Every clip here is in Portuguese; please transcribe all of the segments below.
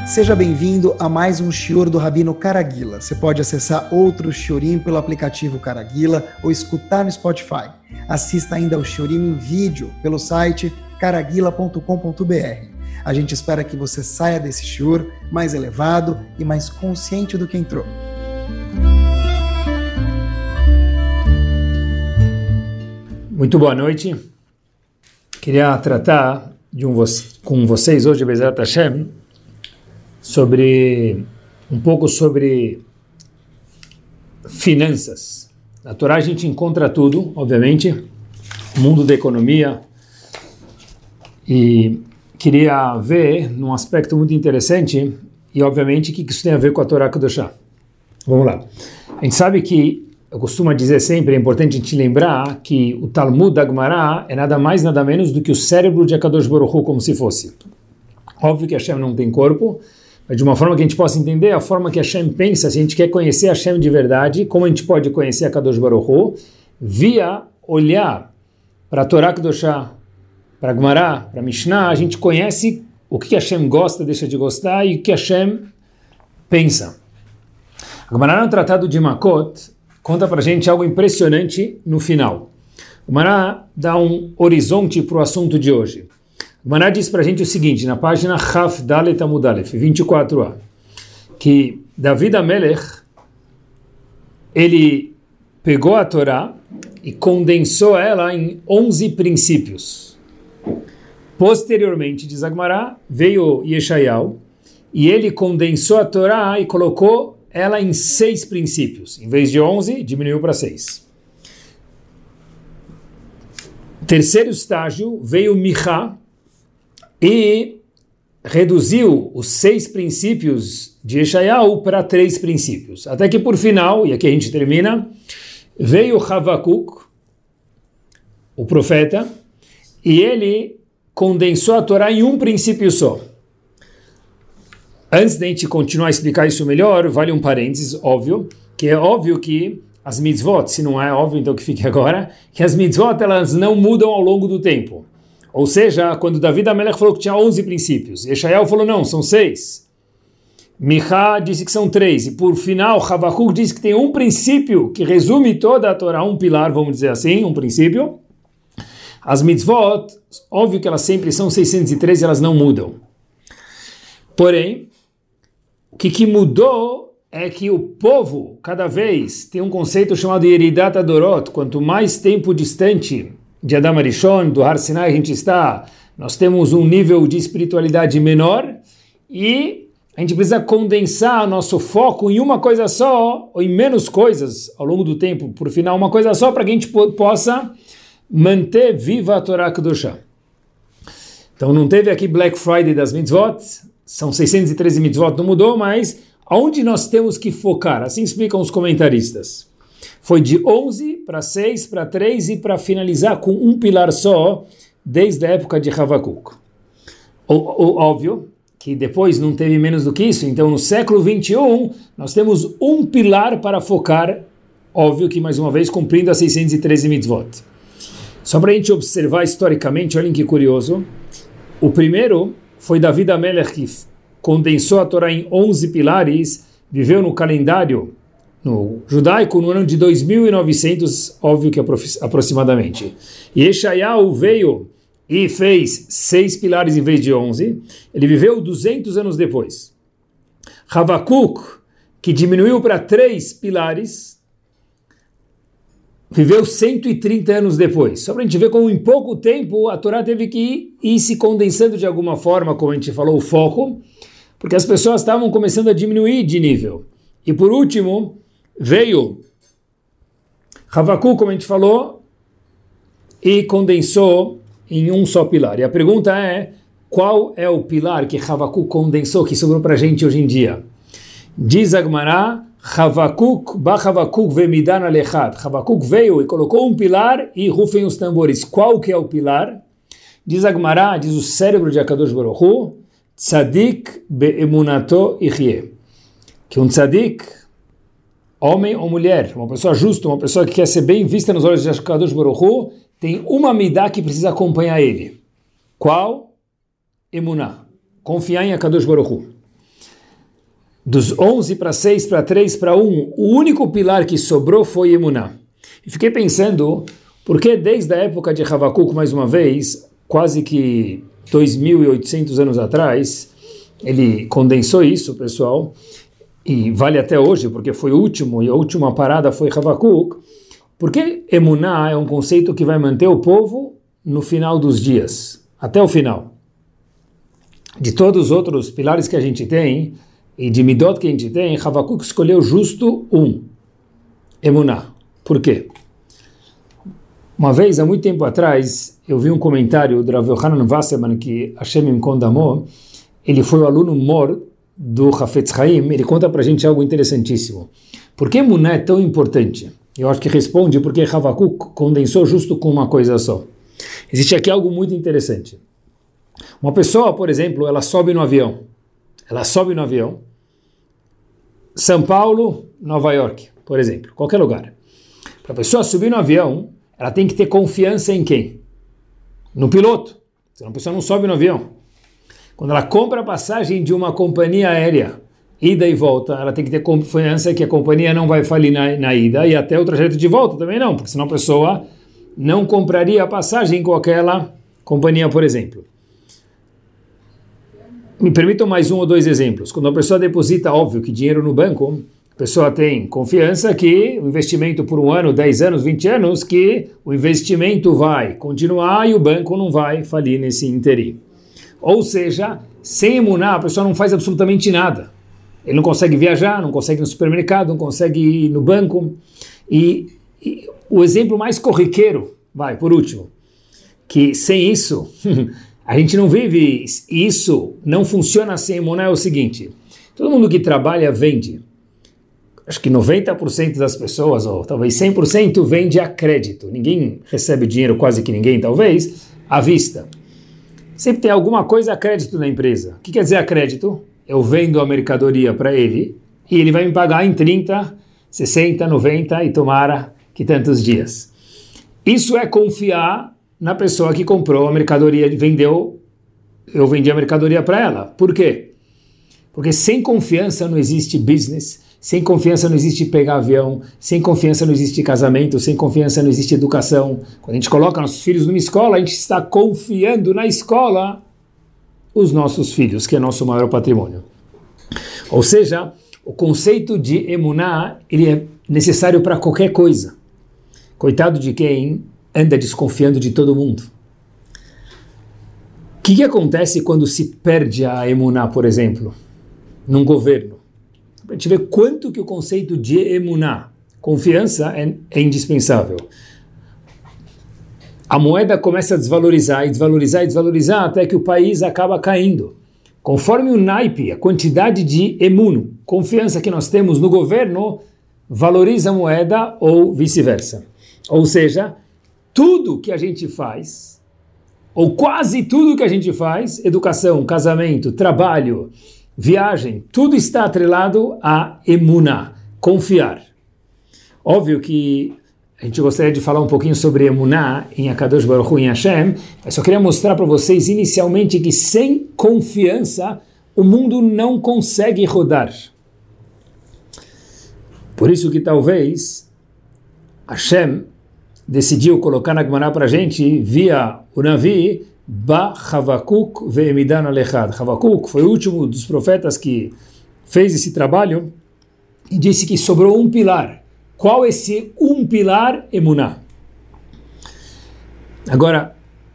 Seja bem-vindo a mais um shiur do Rabino Caraguila. Você pode acessar outro shiurim pelo aplicativo Caraguila ou escutar no Spotify. Assista ainda ao shiurim em vídeo pelo site caraguila.com.br. A gente espera que você saia desse shiur mais elevado e mais consciente do que entrou. Muito boa noite. Queria tratar com vocês hoje, Bezerra Hashem, um pouco sobre finanças. Na Torá a gente encontra tudo, obviamente, mundo da economia, e queria ver num aspecto muito interessante, e obviamente o que isso tem a ver com a Torá Kedoshá. Vamos lá. A gente sabe que, eu costumo dizer sempre, é importante a gente lembrar que o Talmud da Gemara é nada mais, nada menos do que o cérebro de Akadosh Baruch Hu, como se fosse. Óbvio que Hashem não tem corpo, mas de uma forma que a gente possa entender a forma que Hashem pensa, se a gente quer conhecer Hashem de verdade, como a gente pode conhecer Akadosh Baruch Hu, via olhar para a Torá Kedoshá, para a Gemara, para a Mishnah, a gente conhece o que Hashem gosta, deixa de gostar, e o que Hashem pensa. A Gemara no Tratado de Makot conta para a gente algo impressionante no final. A Gemara dá um horizonte para o assunto de hoje. O Gemara diz para a gente o seguinte, na página Chaf Dalet Amud Aleph, 24a, que David HaMelech, ele pegou a Torá e condensou ela em 11 princípios. Posteriormente, diz a Gemara, veio Yeshayahu e ele condensou a Torá e colocou ela em 6 princípios. Em vez de 11, diminuiu para 6. Terceiro estágio, veio Michá e reduziu os 6 princípios de Yeshayahu para 3 princípios. Até que por final, e aqui a gente termina, veio Havakuk, o profeta, e ele condensou a Torá em um princípio só. Antes de a gente continuar a explicar isso melhor, vale um parênteses, óbvio, que é óbvio que as mitzvot, se não é óbvio, então que fique agora, que as mitzvot elas não mudam ao longo do tempo. Ou seja, quando David HaMelech falou que tinha 11 princípios, Yeshayahu falou não, são 6. Michá disse que são 3. E por final, Havakuk disse que tem um princípio que resume toda a Torá, um pilar, vamos dizer assim, um princípio. As mitzvot, óbvio que elas sempre são 613 e elas não mudam. Porém, o que mudou é que o povo, cada vez, tem um conceito chamado Yeridat Adorot. Quanto mais tempo distante de Adam Arishon, do Har Sinai a gente está, nós temos um nível de espiritualidade menor e a gente precisa condensar nosso foco em uma coisa só, ou em menos coisas ao longo do tempo, por final uma coisa só, para que a gente possa manter viva a Torá Kedoshá. Então não teve aqui Black Friday das mitzvot, são 613 mitzvot, não mudou, mas aonde nós temos que focar? Assim explicam os comentaristas. Foi de 11 para 6, para 3 e para finalizar com um pilar só, desde a época de Havakuk. Óbvio que depois não teve menos do que isso, então no século 21 nós temos um pilar para focar, óbvio que mais uma vez cumprindo as 613 mitzvot. Só para a gente observar historicamente, olhem que curioso, o primeiro foi David HaMelech, que condensou a Torá em 11 pilares, viveu no calendário no judaico no ano de 2900, óbvio que aproximadamente. E Yeshayahu veio e fez 6 pilares em vez de 11, ele viveu 200 anos depois. Havakuk, que diminuiu para 3 pilares, viveu 130 anos depois. Só para a gente ver como em pouco tempo a Torá teve que ir se condensando de alguma forma, como a gente falou, o foco, porque as pessoas estavam começando a diminuir de nível. E por último, veio Havakuk, como a gente falou, e condensou em um só pilar. E a pergunta é, qual é o pilar que Havakuk condensou, que sobrou para a gente hoje em dia? Diz a Gemara, Havakuk vemidan alechat. Havakuk veio e colocou um pilar e rufem os tambores. Qual que é o pilar? Diz a Gemara, diz o cérebro de Akadosh Baruch Hu, tzadik be'emunato ichye. Que um tzadik, homem ou mulher, uma pessoa justa, uma pessoa que quer ser bem vista nos olhos de Akadosh Baruch Hu, tem uma midá que precisa acompanhar ele. Qual? Emuná. Confiar em Akadosh Baruch Hu. Dos 11 para 6, para 3, para 1, o único pilar que sobrou foi Emuná. E fiquei pensando, por que desde a época de Havakuk, mais uma vez, quase que 2.800 anos atrás, ele condensou isso, pessoal, e vale até hoje, porque foi o último, e a última parada foi Havakuk, porque Emuná é um conceito que vai manter o povo no final dos dias, até o final. De todos os outros pilares que a gente tem, e de Midot que a gente tem, Havakuk escolheu justo um, Emuná. Por quê? Uma vez, há muito tempo atrás, eu vi um comentário do Rav Yohanan Wasserman, que Hashem me condamou. Ele foi o aluno mor do Hafetz Haim. Ele conta para a gente algo interessantíssimo. Por que Emuná é tão importante? Eu acho que responde porque Havakuk condensou justo com uma coisa só. Existe aqui algo muito interessante. Uma pessoa, por exemplo, ela sobe no avião. São Paulo, Nova York, por exemplo, qualquer lugar. Para a pessoa subir no avião, ela tem que ter confiança em quem? No piloto. Senão a pessoa não sobe no avião. Quando ela compra a passagem de uma companhia aérea, ida e volta, ela tem que ter confiança que a companhia não vai falir na ida e até o trajeto de volta também não, porque senão a pessoa não compraria a passagem com aquela companhia, por exemplo. Me permitam mais 1 ou 2 exemplos. Quando a pessoa deposita, óbvio, que dinheiro no banco, a pessoa tem confiança que o investimento por 1 ano, 10 anos, 20 anos, que o investimento vai continuar e o banco não vai falir nesse interim. Ou seja, sem Emuná, a pessoa não faz absolutamente nada. Ele não consegue viajar, não consegue ir no supermercado, não consegue ir no banco. E o exemplo mais corriqueiro, por último, que sem isso... A gente não vive isso, não funciona sem Emuná, é o seguinte, todo mundo que trabalha vende, acho que 90% das pessoas, ou talvez 100% vende a crédito, ninguém recebe dinheiro, quase que ninguém talvez, à vista. Sempre tem alguma coisa a crédito na empresa. O que quer dizer a crédito? Eu vendo a mercadoria para ele e ele vai me pagar em 30, 60, 90 e tomara que tantos dias. Isso é confiar na pessoa que comprou a mercadoria, eu vendi a mercadoria para ela. Por quê? Porque sem confiança não existe business, sem confiança não existe pegar avião, sem confiança não existe casamento, sem confiança não existe educação. Quando a gente coloca nossos filhos numa escola, a gente está confiando na escola os nossos filhos, que é nosso maior patrimônio. Ou seja, o conceito de Emuná, ele é necessário para qualquer coisa. Coitado de quem anda desconfiando de todo mundo. O que acontece quando se perde a Emuná, por exemplo, num governo? Para a gente ver quanto que o conceito de Emuná, confiança, é indispensável. A moeda começa a desvalorizar, e desvalorizar, e desvalorizar, até que o país acaba caindo. Conforme o naipe, a quantidade de emuno, confiança que nós temos no governo, valoriza a moeda ou vice-versa. Ou seja, tudo que a gente faz, ou quase tudo que a gente faz, educação, casamento, trabalho, viagem, tudo está atrelado a Emuná, confiar. Óbvio que a gente gostaria de falar um pouquinho sobre Emuná em Akadosh Baruch Hu, em Hashem, mas só queria mostrar para vocês inicialmente que sem confiança o mundo não consegue rodar. Por isso que talvez Hashem decidiu colocar na Gemara para a gente, via o Navi, Ba Havakuk ve'emidan alechad. Havakuk foi o último dos profetas que fez esse trabalho e disse que sobrou um pilar. Qual esse um pilar? Emuná. Agora,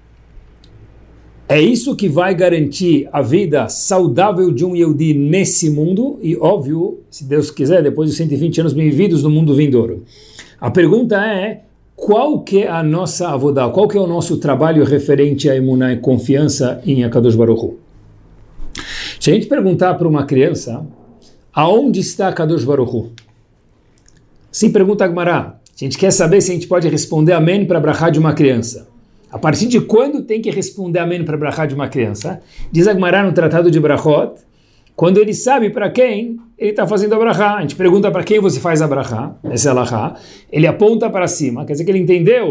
é isso que vai garantir a vida saudável de um Yehudi nesse mundo e, óbvio, se Deus quiser, depois dos 120 anos bem-vindos no mundo vindouro. A pergunta é, qual que é a nossa avodá, qual que é o nosso trabalho referente a Emuná e confiança em Akadosh Baruch Hu? Se a gente perguntar para uma criança, aonde está Akadosh Baruch Hu? Sim, pergunta a Gemara. A gente quer saber se a gente pode responder amém para a brachá de uma criança. A partir de quando tem que responder amém para a brachá de uma criança? Diz a Gemara no Tratado de Brachot, quando ele sabe para quem ele está fazendo a brachá. A gente pergunta para quem você faz a brachá, essa é a alahá. Ele aponta para cima, quer dizer que ele entendeu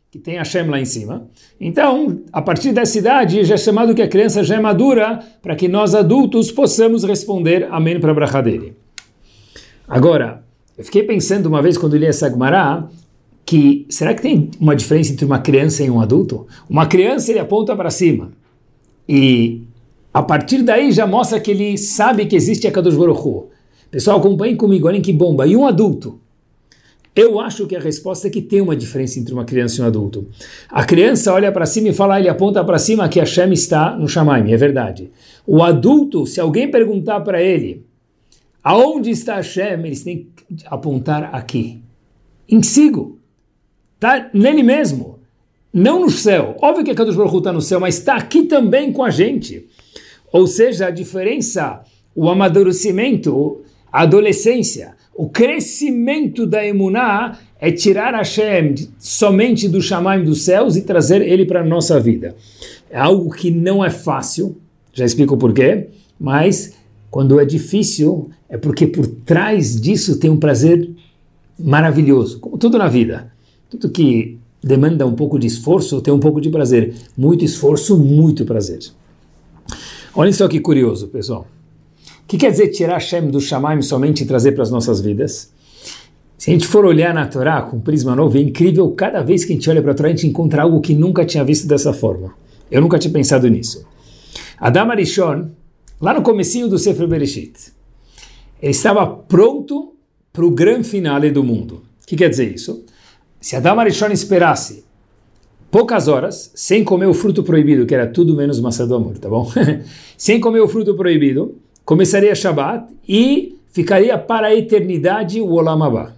que tem Hashem lá em cima. Então, a partir dessa idade, já é chamado que a criança já é madura, para que nós adultos possamos responder amém para a brachá dele. Agora, eu fiquei pensando uma vez quando eu li essa Gemara, que será que tem uma diferença entre uma criança e um adulto? Uma criança, ele aponta para cima. E a partir daí já mostra que ele sabe que existe a Kadosh Baruch Hu. Pessoal, acompanhem comigo, olhem que bomba. E um adulto? Eu acho que a resposta é que tem uma diferença entre uma criança e um adulto. A criança olha para cima e fala, ele aponta para cima que Hashem está no Shamaim, é verdade. O adulto, se alguém perguntar para ele, aonde está Hashem, eles têm que apontar aqui. Em Sigo. Está nele mesmo. Não no céu. Óbvio que a Kadosh Baruch Hu está no céu, mas está aqui também com a gente. Ou seja, a diferença, o amadurecimento, a adolescência, o crescimento da emuná é tirar Hashem somente do Shamaim dos céus e trazer ele para a nossa vida. É algo que não é fácil, já explico o porquê, mas quando é difícil é porque por trás disso tem um prazer maravilhoso, como tudo na vida. Tudo que demanda um pouco de esforço tem um pouco de prazer. Muito esforço, muito prazer. Olhem só que curioso, pessoal. O que quer dizer tirar Hashem do Shamaim somente e trazer para as nossas vidas? Se a gente for olhar na Torá com um prisma novo, é incrível, cada vez que a gente olha para a Torá, a gente encontra algo que nunca tinha visto dessa forma. Eu nunca tinha pensado nisso. Adam Arishon, lá no comecinho do Sefer Bereshit, ele estava pronto para o grande finale do mundo. O que quer dizer isso? Se Adam Arishon esperasse poucas horas, sem comer o fruto proibido, que era tudo menos maçã do amor, tá bom? Sem comer o fruto proibido, começaria Shabbat e ficaria para a eternidade o Olam Haba.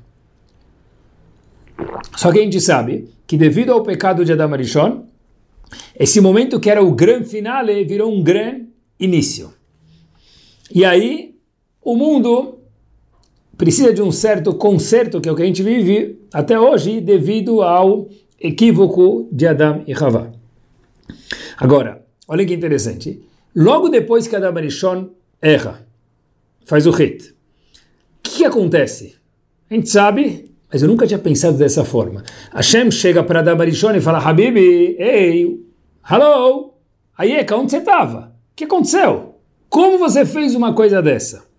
Só que a gente sabe que devido ao pecado de Adam Arishon, esse momento que era o grande finale virou um grande início. E aí, o mundo precisa de um certo conserto, que é o que a gente vive até hoje, devido ao equívoco de Adam e Havá. Agora, olha que interessante. Logo depois que Adam Arishon erra, faz o hit, o que acontece? A gente sabe, mas eu nunca tinha pensado dessa forma. Hashem chega para Adam Arishon e fala, Habibi, ei, hello, Ayeka, onde você estava? O que aconteceu? Como você fez uma coisa dessa?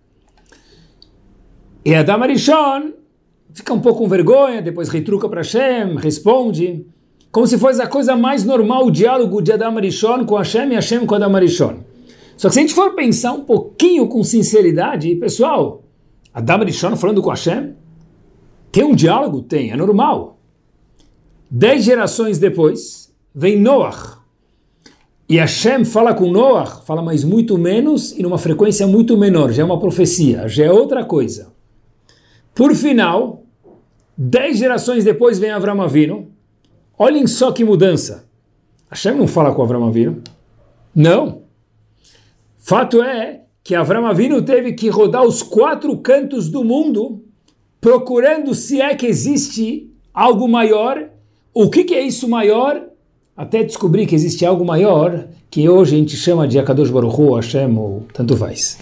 E Adam Arishon fica um pouco com vergonha, depois retruca para Hashem, responde, como se fosse a coisa mais normal, o diálogo de Adam Arishon com Hashem e Hashem com Adam Arishon. Só que se a gente for pensar um pouquinho com sinceridade, pessoal, Adam Arishon falando com Hashem, tem um diálogo? Tem, é normal. 10 gerações depois, vem Noach. E Hashem fala com Noach, fala mais muito menos e numa frequência muito menor, já é uma profecia, já é outra coisa. Por final, 10 gerações depois vem Avram Avinu. Olhem só que mudança. Hashem não fala com Avram Avinu? Não. Fato é que Avram Avinu teve que rodar os 4 cantos do mundo procurando se é que existe algo maior. O que é isso maior? Até descobrir que existe algo maior, que hoje a gente chama de Akadosh Baruch Hu, Hashem, ou tanto faz.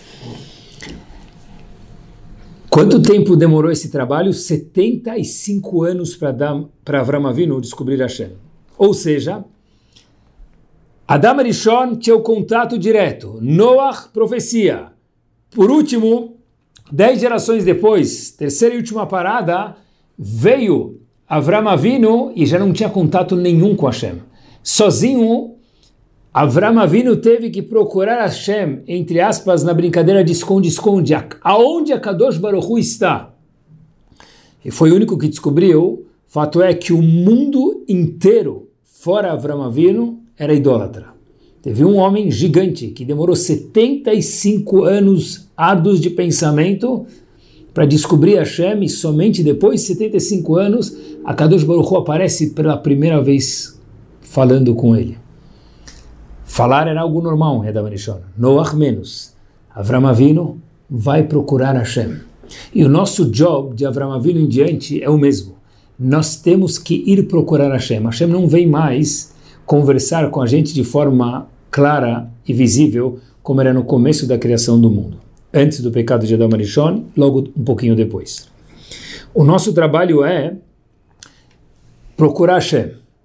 Quanto tempo demorou esse trabalho? 75 anos para Avram Avinu descobrir Hashem. Ou seja, Adam Arishon tinha o contato direto, Noach, profecia. Por último, 10 gerações depois, terceira e última parada, veio Avram Avinu e já não tinha contato nenhum com Hashem. Sozinho, Avram Avinu teve que procurar Hashem, entre aspas, na brincadeira de esconde-esconde, aonde a Kadosh Baruch Hu está. E foi o único que descobriu. Fato é que o mundo inteiro, fora Avram Avinu, era idólatra. Teve um homem gigante que demorou 75 anos árduos de pensamento para descobrir Hashem, e somente depois de 75 anos, a Kadosh Baruch Hu aparece pela primeira vez falando com ele. Falar era algo normal em Adam Arishon. Noach menos. Avram Avinu vai procurar Hashem. E o nosso job de Avram Avinu em diante é o mesmo. Nós temos que ir procurar Hashem. Hashem não vem mais conversar com a gente de forma clara e visível, como era no começo da criação do mundo. Antes do pecado de Adam Arishon, logo um pouquinho depois. O nosso trabalho é procurar Hashem.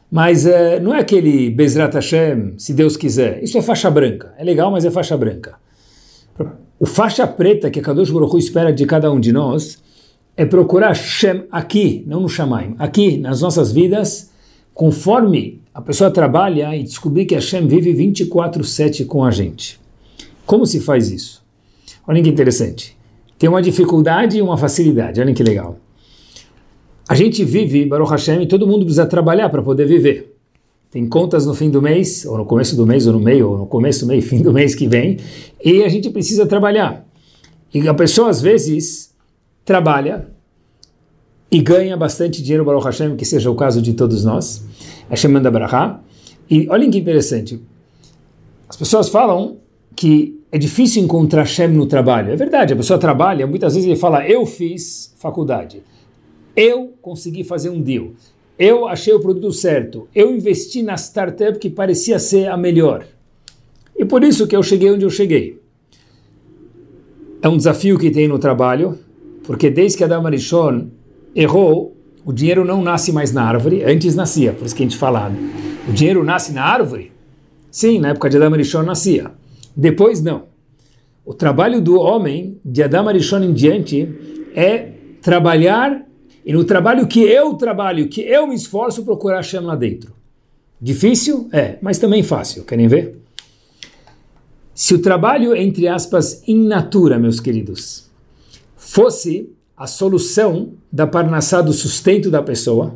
Mas não é aquele Bezrat Hashem, se Deus quiser. Isso é faixa branca. É legal, mas é faixa branca. O faixa preta que a Kadosh Baruch Hu espera de cada um de nós é procurar Hashem aqui, não no Shamayim, aqui nas nossas vidas, conforme a pessoa trabalha e descobrir que Hashem vive 24/7 com a gente. Como se faz isso? Olha que interessante. Tem uma dificuldade e uma facilidade. Olha que legal. A gente vive, Baruch Hashem, e todo mundo precisa trabalhar para poder viver. Tem contas no fim do mês, ou no começo do mês, ou no meio, ou no começo do mês, fim do mês que vem, e a gente precisa trabalhar. E a pessoa, às vezes, trabalha e ganha bastante dinheiro, Baruch Hashem, que seja o caso de todos nós. Hashem manda brachá. E olhem que interessante. As pessoas falam que é difícil encontrar Hashem no trabalho. É verdade, a pessoa trabalha, muitas vezes ele fala, eu fiz faculdade. Eu consegui fazer um deal. Eu achei o produto certo. Eu investi na startup que parecia ser a melhor. E por isso que eu cheguei onde eu cheguei. É um desafio que tem no trabalho, porque desde que Adam Arishon errou, o dinheiro não nasce mais na árvore. Antes nascia, por isso que a gente fala. O dinheiro nasce na árvore? Sim, na época de Adam Arishon nascia. Depois não. O trabalho do homem, de Adam Arishon em diante, é trabalhar. E no trabalho, que eu me esforço, procurar Hashem lá dentro. Difícil? É, mas também fácil. Querem ver? Se o trabalho, entre aspas, in natura, meus queridos, fosse a solução da parnassá, do sustento da pessoa,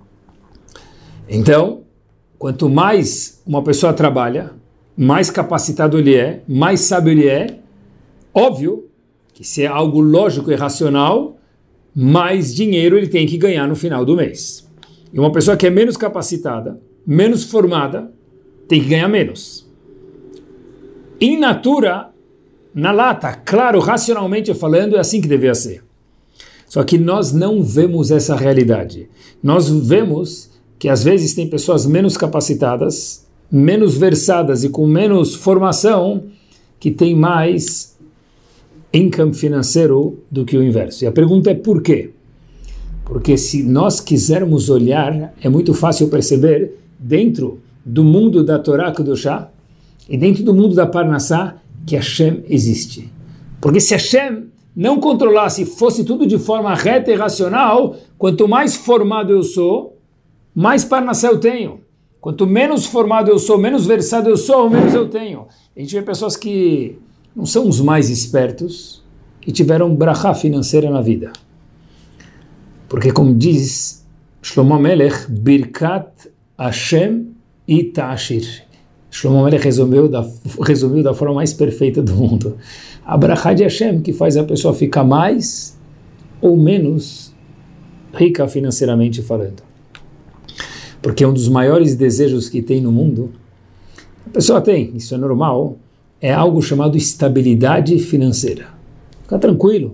então, quanto mais uma pessoa trabalha, mais capacitado ele é, mais sábio ele é, óbvio que se é algo lógico e racional, mais dinheiro ele tem que ganhar no final do mês. E uma pessoa que é menos capacitada, menos formada, tem que ganhar menos. In natura, na lata, claro, racionalmente falando, é assim que deveria ser. Só que nós não vemos essa realidade. Nós vemos que às vezes tem pessoas menos capacitadas, menos versadas e com menos formação, que tem mais income financeiro do que o inverso. E a pergunta é por quê? Porque se nós quisermos olhar, é muito fácil perceber dentro do mundo da Torá Kedoshá e dentro do mundo da Parnassá que Hashem existe. Porque se Hashem não controlasse, fosse tudo de forma reta e racional, quanto mais formado eu sou, mais Parnassá eu tenho. Quanto menos formado eu sou, menos versado eu sou, menos eu tenho. A gente vê pessoas que não são os mais espertos e tiveram brachá financeira na vida. Porque, como diz Shlomo Melech, Birkat Hashem e Ta'ashir. Shlomo Melech resumiu da forma mais perfeita do mundo. A brachá de Hashem que faz a pessoa ficar mais ou menos rica financeiramente falando. Porque um dos maiores desejos que tem no mundo, a pessoa tem, isso é normal, é algo chamado estabilidade financeira. Ficar tranquilo.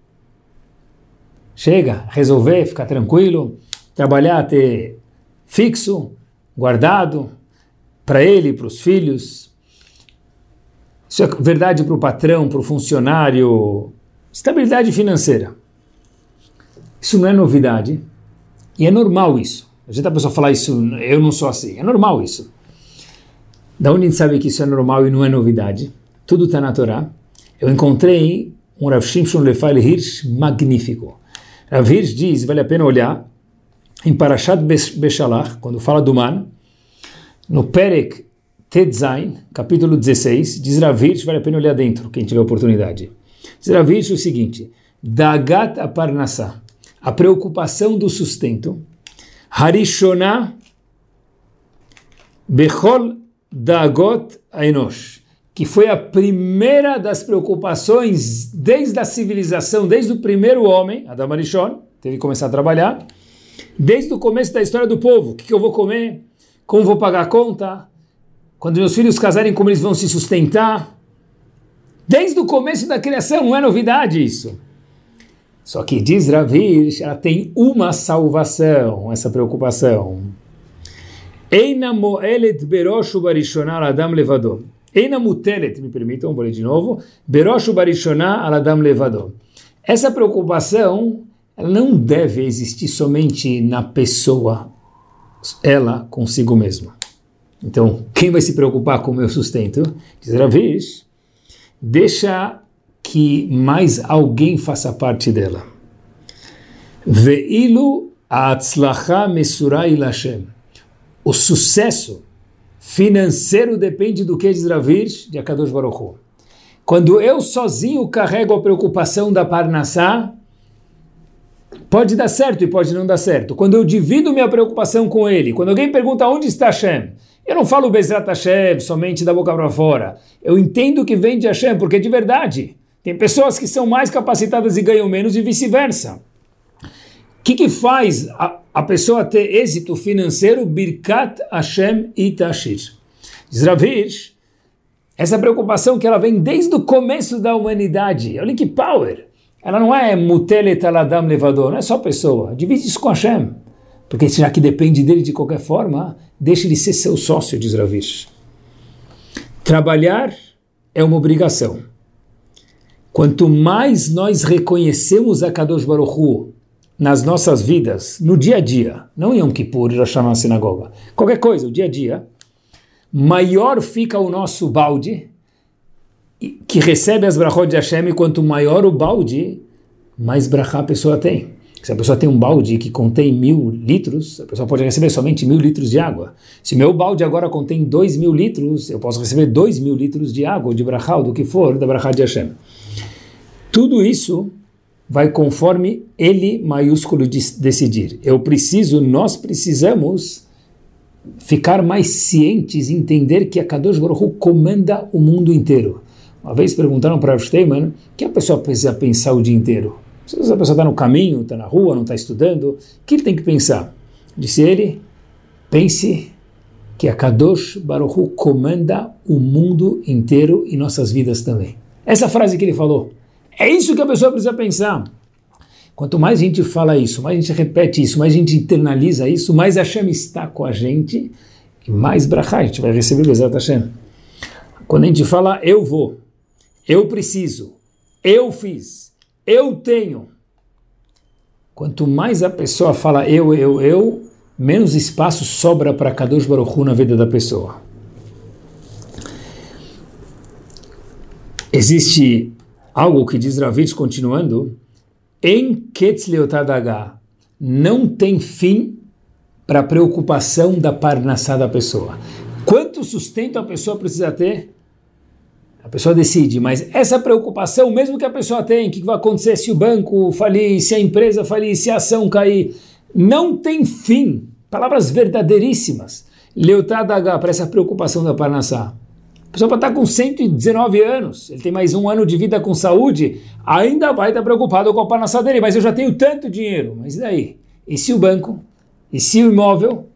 Chega, resolver, ficar tranquilo, trabalhar, ter fixo, guardado, para ele, para os filhos. Isso é verdade para o patrão, para o funcionário. Estabilidade financeira. Isso não é novidade. E é normal isso. A gente, a pessoa falar isso, eu não sou assim. É normal isso. Da onde a gente sabe que isso é normal e não é novidade? Tudo está na Torá. Eu encontrei um Rav Shimshon Lefael Hirsch magnífico. Rav Hirsch diz, vale a pena olhar, em Parashat Beshalach, quando fala do man, no Perek Tetzain, capítulo 16, diz Rav Hirsch, vale a pena olhar dentro, quem tiver oportunidade. Diz Rav Hirsch o seguinte, Dagat Aparnassá, a preocupação do sustento, Harishonah Bechol Dagot Ainosh, que foi a primeira das preocupações desde a civilização, desde o primeiro homem, Adam Arishon, teve que começar a trabalhar, desde o começo da história do povo, o que eu vou comer, como vou pagar a conta, quando meus filhos casarem, como eles vão se sustentar, desde o começo da criação, não é novidade isso. Só que diz Rav Hirsch, ela tem uma salvação, essa preocupação. Eina moelet beroshu barishonah al-adam levado. Eina mutelet, me permitam, vou ler de novo. Beroshu barishonah al-adam levado. Essa preocupação, ela não deve existir somente na pessoa ela consigo mesma. Então, quem vai se preocupar com o meu sustento? Diz Ravish, deixa que mais alguém faça parte dela. Ve'ilu ha'atzlacha mesurai Lashem. O sucesso financeiro depende do que, diz Ravish, de Akadosh Baruch Hu. Quando eu sozinho carrego a preocupação da Parnassá, pode dar certo e pode não dar certo. Quando eu divido minha preocupação com ele, quando alguém pergunta onde está Hashem, eu não falo Bezrat Hashem somente da boca para fora. Eu entendo que vem de Hashem, porque de verdade, tem pessoas que são mais capacitadas e ganham menos e vice-versa. O que faz a pessoa ter êxito financeiro? Birkat Hashem Itashir. Diz Ravish, essa preocupação que ela vem desde o começo da humanidade. Olha que power! Ela não é mutelet aladam levador, não é só pessoa. Divide isso com Hashem. Porque já que depende dele de qualquer forma, deixe ele ser seu sócio, diz Ravish. Trabalhar é uma obrigação. Quanto mais nós reconhecemos a Kadosh Baruch Hu nas nossas vidas, no dia a dia, não em Yom Kippur, ir achar na sinagoga, qualquer coisa, o dia a dia, maior fica o nosso balde, que recebe as brachot de Hashem, e quanto maior o balde, mais brachá a pessoa tem. Se a pessoa tem um balde que contém 1000 litros, a pessoa pode receber somente 1000 litros de água. Se meu balde agora contém 2000 litros, eu posso receber 2000 litros de água, ou de brachá, ou do que for, da brachá de Hashem. Tudo isso vai conforme ele, maiúsculo, decidir. Nós precisamos ficar mais cientes, entender que a Kadosh Baruch Hu comanda o mundo inteiro. Uma vez perguntaram para o Steinman, o que a pessoa precisa pensar o dia inteiro? Se a pessoa está no caminho, está na rua, não está estudando, o que ele tem que pensar? Disse ele, pense que a Kadosh Baruch Hu comanda o mundo inteiro e nossas vidas também. Essa frase que ele falou, é isso que a pessoa precisa pensar. Quanto mais a gente fala isso, mais a gente repete isso, mais a gente internaliza isso, mais Hashem está com a gente e mais brachá a gente vai receber Bezrat Hashem. Quando a gente fala eu vou, eu preciso, eu fiz, eu tenho. Quanto mais a pessoa fala eu, menos espaço sobra para Kadosh Baruch Hu na vida da pessoa. Existe algo que diz Ravish, continuando, em Ketz Leotadaga, não tem fim para a preocupação da parnassá da pessoa. Quanto sustento a pessoa precisa ter? A pessoa decide, mas essa preocupação, mesmo que a pessoa tenha, o que vai acontecer se o banco falir, se a empresa falir, se a ação cair, não tem fim. Palavras verdadeiríssimas. Leotadaga, para essa preocupação da parnassá. A pessoa pode estar com 119 anos, ele tem mais um ano de vida com saúde, ainda vai estar preocupado com a parnassá dele, mas eu já tenho tanto dinheiro, mas e daí? E se o banco? E se o imóvel?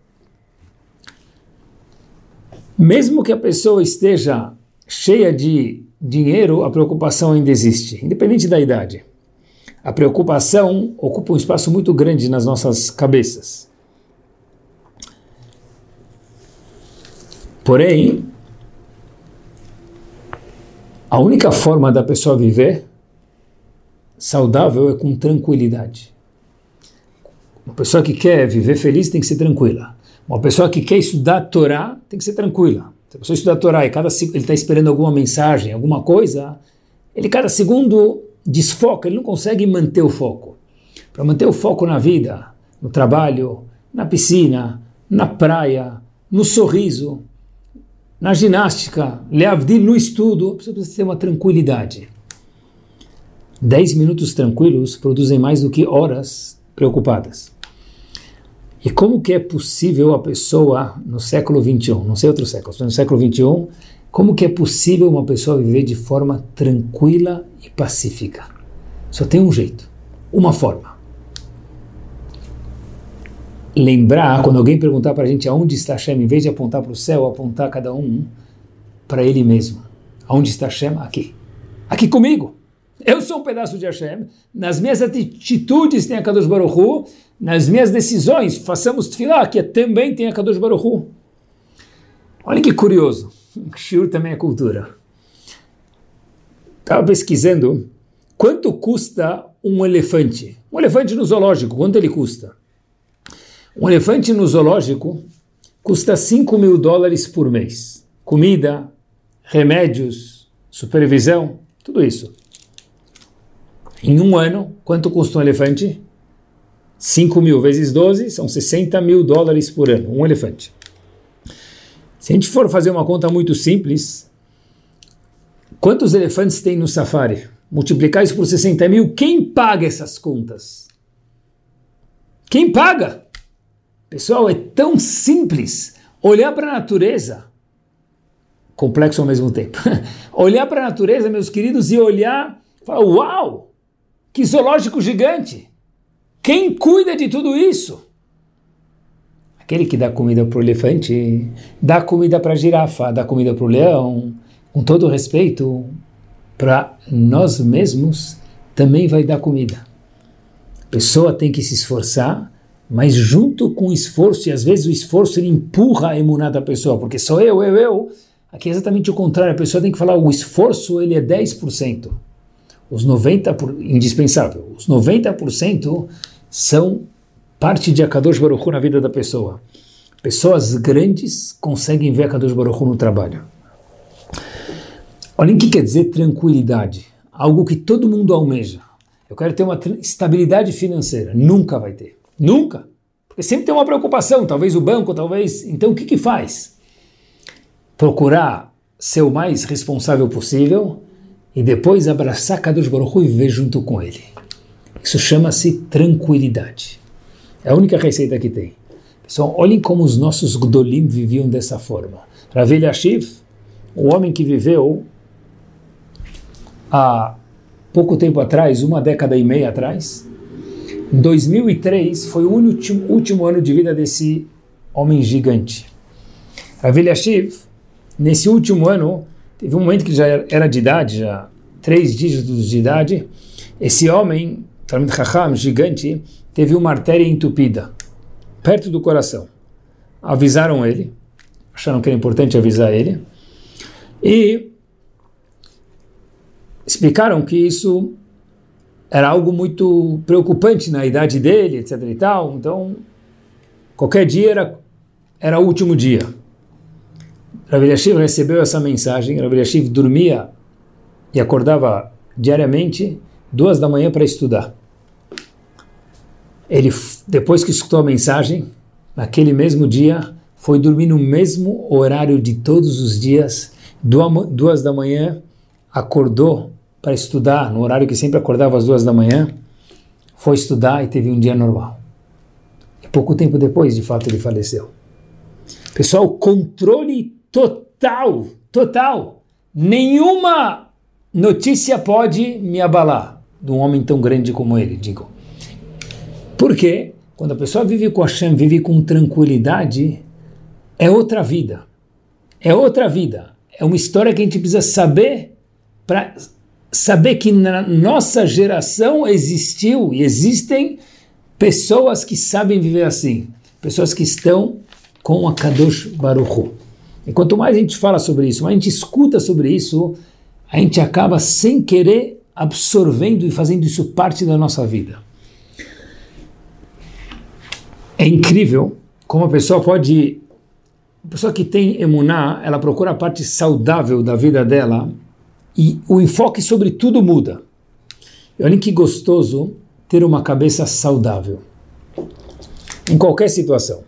Mesmo que a pessoa esteja cheia de dinheiro, a preocupação ainda existe, independente da idade. A preocupação ocupa um espaço muito grande nas nossas cabeças. Porém, a única forma da pessoa viver saudável é com tranquilidade. Uma pessoa que quer viver feliz tem que ser tranquila. Uma pessoa que quer estudar a Torá tem que ser tranquila. Se a pessoa estuda a Torá e ele está esperando alguma mensagem, alguma coisa, ele cada segundo desfoca, ele não consegue manter o foco. Para manter o foco na vida, no trabalho, na piscina, na praia, no sorriso, na ginástica, leavdil no estudo, a pessoa precisa ter uma tranquilidade. 10 minutos tranquilos produzem mais do que horas preocupadas. E como que é possível a pessoa, no século XXI, não sei outros séculos, mas no século XXI, como que é possível uma pessoa viver de forma tranquila e pacífica? Só tem um jeito, uma forma. Lembrar, quando alguém perguntar para a gente aonde está Hashem, em vez de apontar para o céu, apontar cada um para ele mesmo. Aonde está Hashem? Aqui. Aqui comigo. Eu sou um pedaço de Hashem. Nas minhas atitudes tem a Kadosh Baruch Hu. Nas minhas decisões, façamos tefilá, que também tem a Kadosh Baruch Hu. Olha que curioso. Shiur também é cultura. Estava pesquisando quanto custa um elefante. Um elefante no zoológico, quanto ele custa? Um elefante no zoológico custa $5.000 por mês. Comida, remédios, supervisão, tudo isso. Em um ano, quanto custa um elefante? 5.000 vezes 12 são $60.000 por ano, um elefante. Se a gente for fazer uma conta muito simples, quantos elefantes tem no safari? Multiplicar isso por 60.000, quem paga essas contas? Quem paga? Pessoal, é tão simples olhar para a natureza, complexo ao mesmo tempo, olhar para a natureza, meus queridos, e olhar, falar, uau, que zoológico gigante, quem cuida de tudo isso? Aquele que dá comida para o elefante, dá comida para a girafa, dá comida para o leão, com todo respeito, para nós mesmos também vai dar comida. A pessoa tem que se esforçar, mas junto com o esforço, e às vezes o esforço ele empurra a emuná da pessoa, porque só eu, aqui é exatamente o contrário, a pessoa tem que falar, o esforço ele é 10%, os 90%, indispensável, os 90% são parte de Akadosh Baruch Hu na vida da pessoa. Pessoas grandes conseguem ver Akadosh Baruch Hu no trabalho. Olhem o que quer dizer tranquilidade, algo que todo mundo almeja. Eu quero ter uma estabilidade financeira, nunca vai ter. Nunca, porque sempre tem uma preocupação, talvez o banco, talvez... Então o que faz? Procurar ser o mais responsável possível e depois abraçar Kadosh Baruch Hu e viver junto com ele. Isso chama-se tranquilidade. É a única receita que tem. Pessoal, olhem como os nossos Gdolim viviam dessa forma. Rav Eliashiv, o homem que viveu há pouco tempo atrás, 1 década e meia atrás, em 2003 foi o último ano de vida desse homem gigante. Rav Eliashiv, nesse último ano, teve um momento que já era de idade, já 3 dígitos de idade, esse homem, Talmid Chacham, gigante, teve uma artéria entupida, perto do coração. Avisaram ele, acharam que era importante avisar ele, e explicaram que isso era algo muito preocupante na idade dele, etc. e tal. Então, qualquer dia era o último dia. Rav Eliashiv recebeu essa mensagem. Rav Eliashiv dormia e acordava diariamente 2 da manhã para estudar. Ele, depois que escutou a mensagem, naquele mesmo dia, foi dormir no mesmo horário de todos os dias, 2 da manhã, acordou para estudar, no horário que sempre acordava às 2 da manhã, foi estudar e teve um dia normal. E pouco tempo depois, de fato, ele faleceu. Pessoal, controle total. Nenhuma notícia pode me abalar de um homem tão grande como ele, digo. Porque quando a pessoa vive com Hashem, vive com tranquilidade, é outra vida. É outra vida. É uma história que a gente precisa saber para saber que na nossa geração existiu e existem pessoas que sabem viver assim, pessoas que estão com a Kadosh Baruch Hu. E quanto mais a gente fala sobre isso, mais a gente escuta sobre isso, a gente acaba sem querer absorvendo e fazendo isso parte da nossa vida. É incrível como a pessoa que tem emuná, ela procura a parte saudável da vida dela, e o enfoque sobre tudo muda. E olhem que gostoso ter uma cabeça saudável. Em qualquer situação.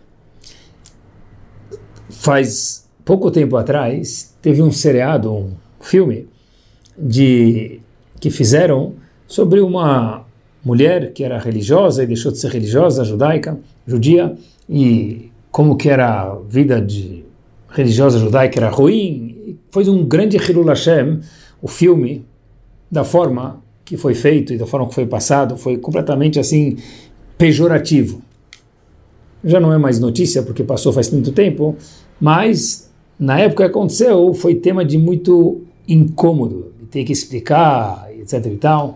Faz pouco tempo atrás, teve um seriado, um filme, que fizeram sobre uma mulher que era religiosa e deixou de ser religiosa, judia, e como que era a vida de religiosa judaica era ruim. Foi um grande Hilul Hashem. O filme, da forma que foi feito e da forma que foi passado, foi completamente assim, pejorativo. Já não é mais notícia, porque passou faz tanto tempo, mas na época que aconteceu, foi tema de muito incômodo, de ter que explicar, etc. e tal.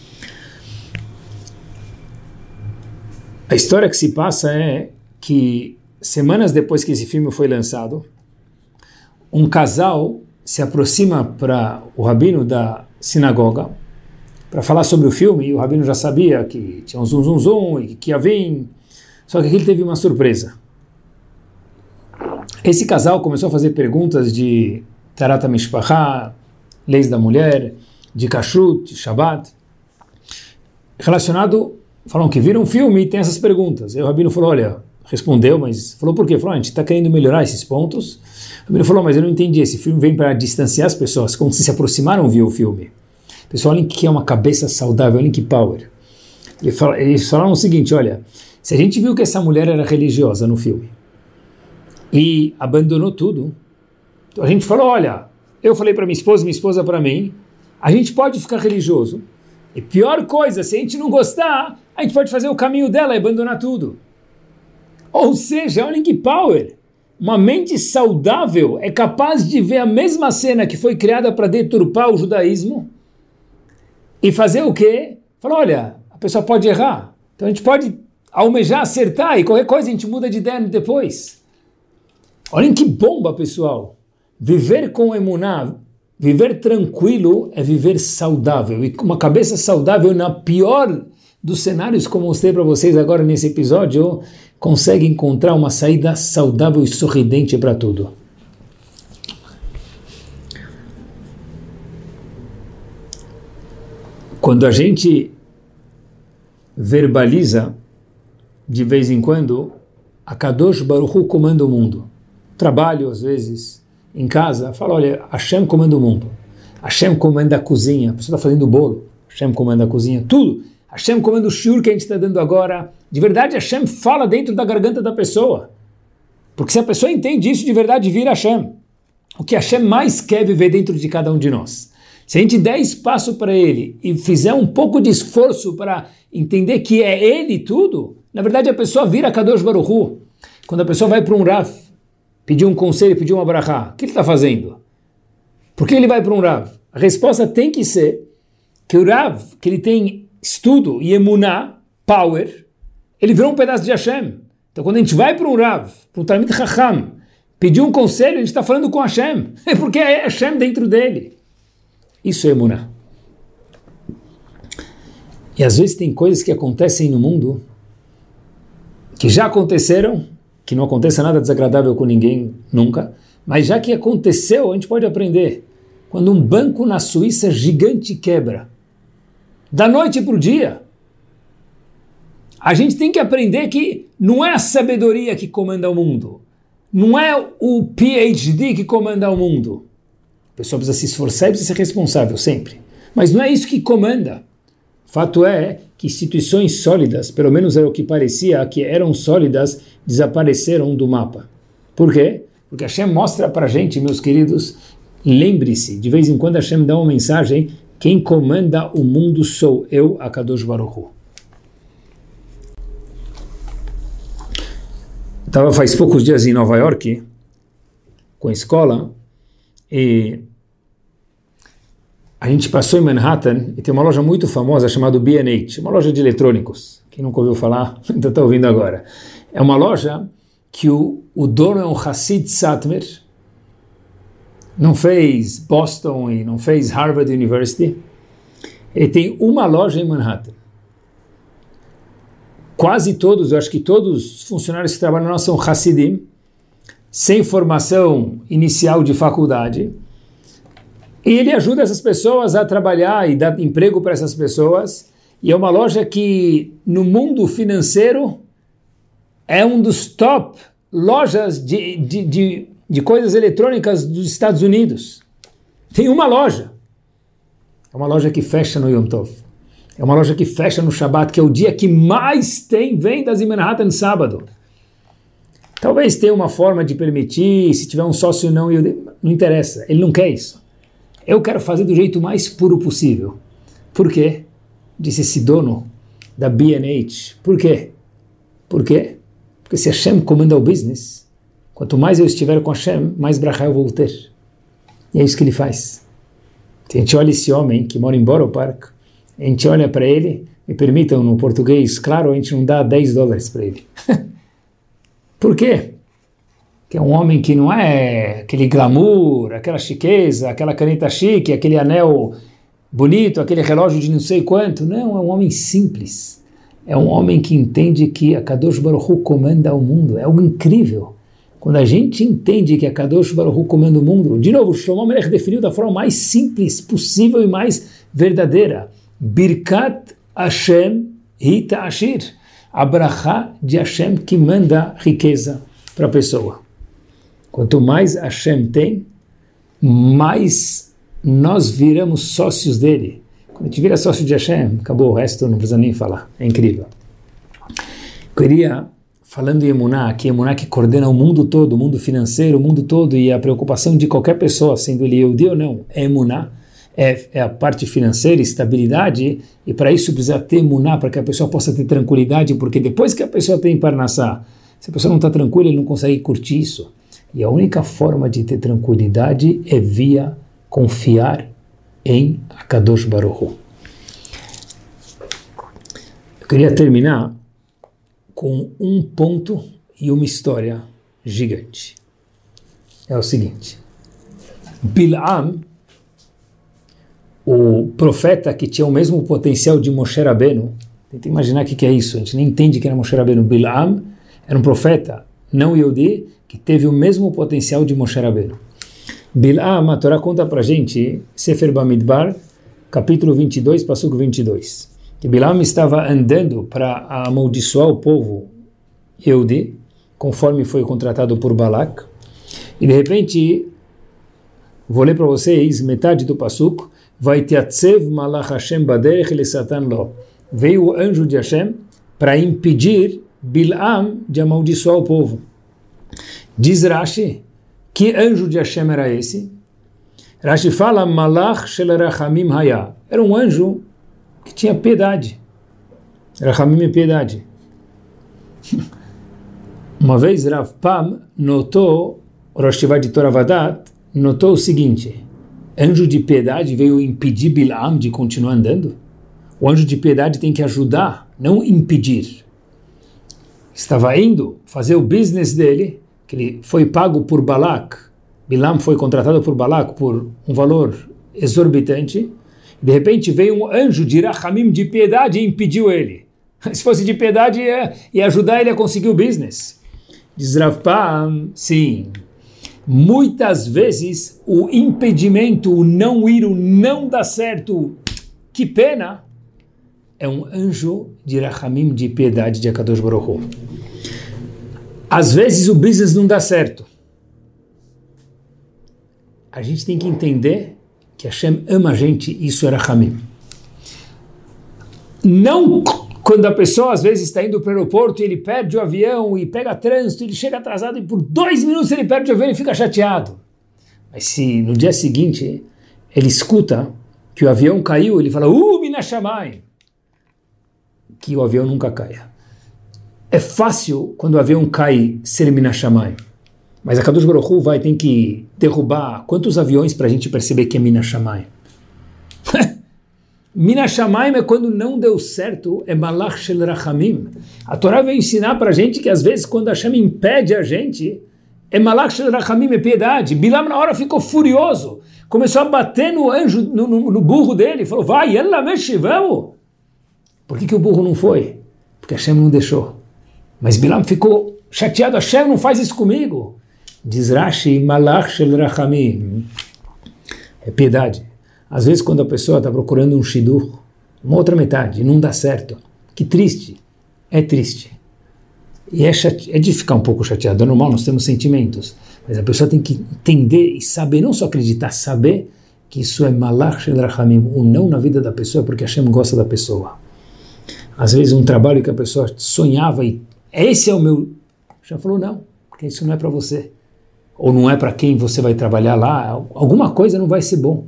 A história que se passa é que, semanas depois que esse filme foi lançado, um casal se aproxima para o rabino da sinagoga para falar sobre o filme, e o rabino já sabia que tinha um zum e que ia vir. Só que aqui ele teve uma surpresa. Esse casal começou a fazer perguntas de Tarat HaMishpachá, leis da mulher, de Kashrut, Shabbat, relacionado, falam que viram um filme e tem essas perguntas. Aí o Rabino falou, olha, respondeu, mas falou por quê? Falou, a gente está querendo melhorar esses pontos. O Rabino falou, mas eu não entendi, esse filme vem para distanciar as pessoas, como se aproximaram ver o filme. Pessoal, olhem que é uma cabeça saudável, olhem que power. Eles falaram o seguinte, olha, se a gente viu que essa mulher era religiosa no filme e abandonou tudo, então a gente falou, olha, eu falei para minha esposa para mim, a gente pode ficar religioso, e pior coisa, se a gente não gostar, a gente pode fazer o caminho dela e abandonar tudo. Ou seja, olhem que power, uma mente saudável é capaz de ver a mesma cena que foi criada para deturpar o judaísmo e fazer o quê? Falar, olha, a pessoa pode errar, então a gente pode almejar acertar e qualquer coisa a gente muda de ideia depois. Olhem que bomba, pessoal. Viver com emuná, viver tranquilo é viver saudável. E com uma cabeça saudável, na pior dos cenários, como mostrei para vocês agora nesse episódio, consegue encontrar uma saída saudável e sorridente para tudo. Quando a gente verbaliza, de vez em quando, a Kadosh Baruch Hu comanda o mundo. Trabalho, às vezes, em casa, fala, olha, Hashem comanda o mundo. Hashem comanda a cozinha, a pessoa está fazendo o bolo, Hashem comanda a cozinha, tudo. Hashem comanda o shiur que a gente está dando agora. De verdade, Hashem fala dentro da garganta da pessoa. Porque se a pessoa entende isso, de verdade vira Hashem. O que Hashem mais quer viver dentro de cada um de nós. Se a gente der espaço para ele e fizer um pouco de esforço para entender que é ele tudo, na verdade a pessoa vira Kadosh Baruch Hu. Quando a pessoa vai para um Rav, pedir um conselho, pedir uma brachá, o que ele está fazendo? Por que ele vai para um Rav? A resposta tem que ser que o Rav, que ele tem estudo e emuná, power, ele virou um pedaço de Hashem. Então quando a gente vai para um Rav, para um Talmid Chacham, pedir um conselho, a gente está falando com Hashem. É porque é Hashem dentro dele. Isso é emuná. E às vezes tem coisas que acontecem no mundo que já aconteceram, que não aconteça nada desagradável com ninguém nunca, mas já que aconteceu, a gente pode aprender. Quando um banco na Suíça gigante quebra, da noite para o dia, a gente tem que aprender que não é a sabedoria que comanda o mundo, não é o PhD que comanda o mundo. A pessoa precisa se esforçar e precisa ser responsável sempre. Mas não é isso que comanda. Fato é que instituições sólidas, pelo menos era o que parecia, que eram sólidas, desapareceram do mapa. Por quê? Porque Hashem mostra para a gente, meus queridos, lembre-se, de vez em quando Hashem dá uma mensagem, quem comanda o mundo sou eu, Akadosh Baruch Hu. Estava faz poucos dias em Nova York, com a escola, e a gente passou em Manhattan e tem uma loja muito famosa chamada B&H, uma loja de eletrônicos. Quem nunca ouviu falar, então está ouvindo agora. É uma loja que o dono é um Hassid Satmer, não fez Boston e não fez Harvard University. Ele tem uma loja em Manhattan. Quase todos, eu acho que todos os funcionários que trabalham lá são Hassidim, sem formação inicial de faculdade, e ele ajuda essas pessoas a trabalhar e dar emprego para essas pessoas, e é uma loja que no mundo financeiro é um dos top lojas de coisas eletrônicas dos Estados Unidos. Tem uma loja. É uma loja que fecha no Yom Tov. É uma loja que fecha no Shabbat, que é o dia que mais tem vendas em Manhattan sábado. Talvez tenha uma forma de permitir, se tiver um sócio não interessa, ele não quer isso. Eu quero fazer do jeito mais puro possível. Por quê? Disse esse dono da B&H. Por quê? Por quê? Porque se Hashem comanda o business, quanto mais eu estiver com Hashem, mais brachá eu vou ter. E é isso que ele faz. Se a gente olha esse homem que mora em Borough Park, a gente olha para ele, me permitam no português, claro, a gente não dá $10 para ele. Por quê? Que é um homem que não é aquele glamour, aquela chiqueza, aquela caneta chique, aquele anel bonito, aquele relógio de não sei quanto. Não, é um homem simples. é um homem que entende que a Kadosh Baruch Hu comanda o mundo. É algo incrível. Quando a gente entende que a Kadosh Baruch Hu comanda o mundo, de novo, Shlomo Melech definiu da forma mais simples possível e mais verdadeira. Birkat Hashem Hita Ashir. A brachá de Hashem que manda riqueza para a pessoa. Quanto mais Hashem tem, mais nós viramos sócios dele. Quando a gente vira sócio de Hashem, acabou, o resto não precisa nem falar. É incrível. Eu queria, falando em Emuná, que Emuná que coordena o mundo todo, o mundo financeiro, o mundo todo, e a preocupação de qualquer pessoa, sendo ele Yehudi ou não, é Emuná. É a parte financeira, estabilidade, e para isso precisa ter Emuná, para que a pessoa possa ter tranquilidade, porque depois que a pessoa tem Parnassá, se a pessoa não está tranquila, ele não consegue curtir isso. E a única forma de ter tranquilidade é via confiar em Akadosh Baruch Hu. Eu queria terminar com um ponto e uma história gigante. É o seguinte: Bilam, o profeta que tinha o mesmo potencial de Moshe Rabbeinu, tenta imaginar o que é isso, a gente nem entende que era Moshe Rabbeinu. Bilam era um profeta não Yehudi que teve o mesmo potencial de Moshe Rabbeinu. Bilam, a Torá conta pra gente, Sefer Bamidbar, capítulo 22, passuco 22, que Bilam estava andando para amaldiçoar o povo Yehudi, conforme foi contratado por Balak, e de repente, vou ler para vocês metade do passuco, vai teatzev malach Hashem baderech le Satan lo. Veio o anjo de Hashem para impedir Bilam de amaldiçoar o povo. Diz Rashi, que anjo de Hashem era esse? Rashi fala, malach shel rachamim haya. Era um anjo que tinha piedade. Rachamim é piedade. Uma vez Rav Pam notou, Rosh Yeshiva de Torah Vadat, notou o seguinte: anjo de piedade veio impedir Bilam de continuar andando? O anjo de piedade tem que ajudar, não impedir. Estava indo fazer o business dele, que ele foi pago por Balak. Bilam foi contratado por Balak por um valor exorbitante. De repente veio um anjo de Rachamim, de piedade, e impediu ele. Se fosse de piedade, ia ajudar ele a conseguir o business. Diz Rav Pam, sim. Muitas vezes o impedimento, o não ir, o não dar certo, que pena, é um anjo de Rachamim, de piedade de Akadosh Baruch Hu. Às vezes o business não dá certo. A gente tem que entender que Hashem ama a gente, isso é Rachamim. Não quando a pessoa às vezes está indo para o aeroporto e ele perde o avião e pega trânsito, ele chega atrasado e por 2 minutos ele perde o avião e fica chateado. Mas se no dia seguinte ele escuta que o avião caiu, ele fala, mina shamayim, que o avião nunca caia. É fácil quando o avião cai ser mina shamayim, mas a Kadosh Baruch Hu tem que derrubar quantos aviões para a gente perceber que é mina shamayim? Mina shamayim é quando não deu certo, é malach shel rachamim. A Torá veio ensinar para a gente que às vezes quando Hashem impede a gente, é malach shel rachamim, é piedade. Bilam na hora ficou furioso, começou a bater no anjo, no burro dele, falou, vai, ela mexe, vamos. Por que o burro não foi? Porque Hashem não deixou. Mas Bilam ficou chateado, Hashem não faz isso comigo. Diz Rashi, malach shel rachamim, é piedade. Às vezes quando a pessoa está procurando um shidur, uma outra metade, não dá certo. Que triste. É triste. E é de ficar um pouco chateado. É normal, nós temos sentimentos. Mas a pessoa tem que entender e saber, não só acreditar, saber que isso é malach shel rachamim, o não na vida da pessoa, porque Hashem gosta da pessoa. Às vezes um trabalho que a pessoa sonhava e esse é o meu... Já falou não, porque isso não é para você. Ou não é para quem você vai trabalhar lá. Alguma coisa não vai ser bom.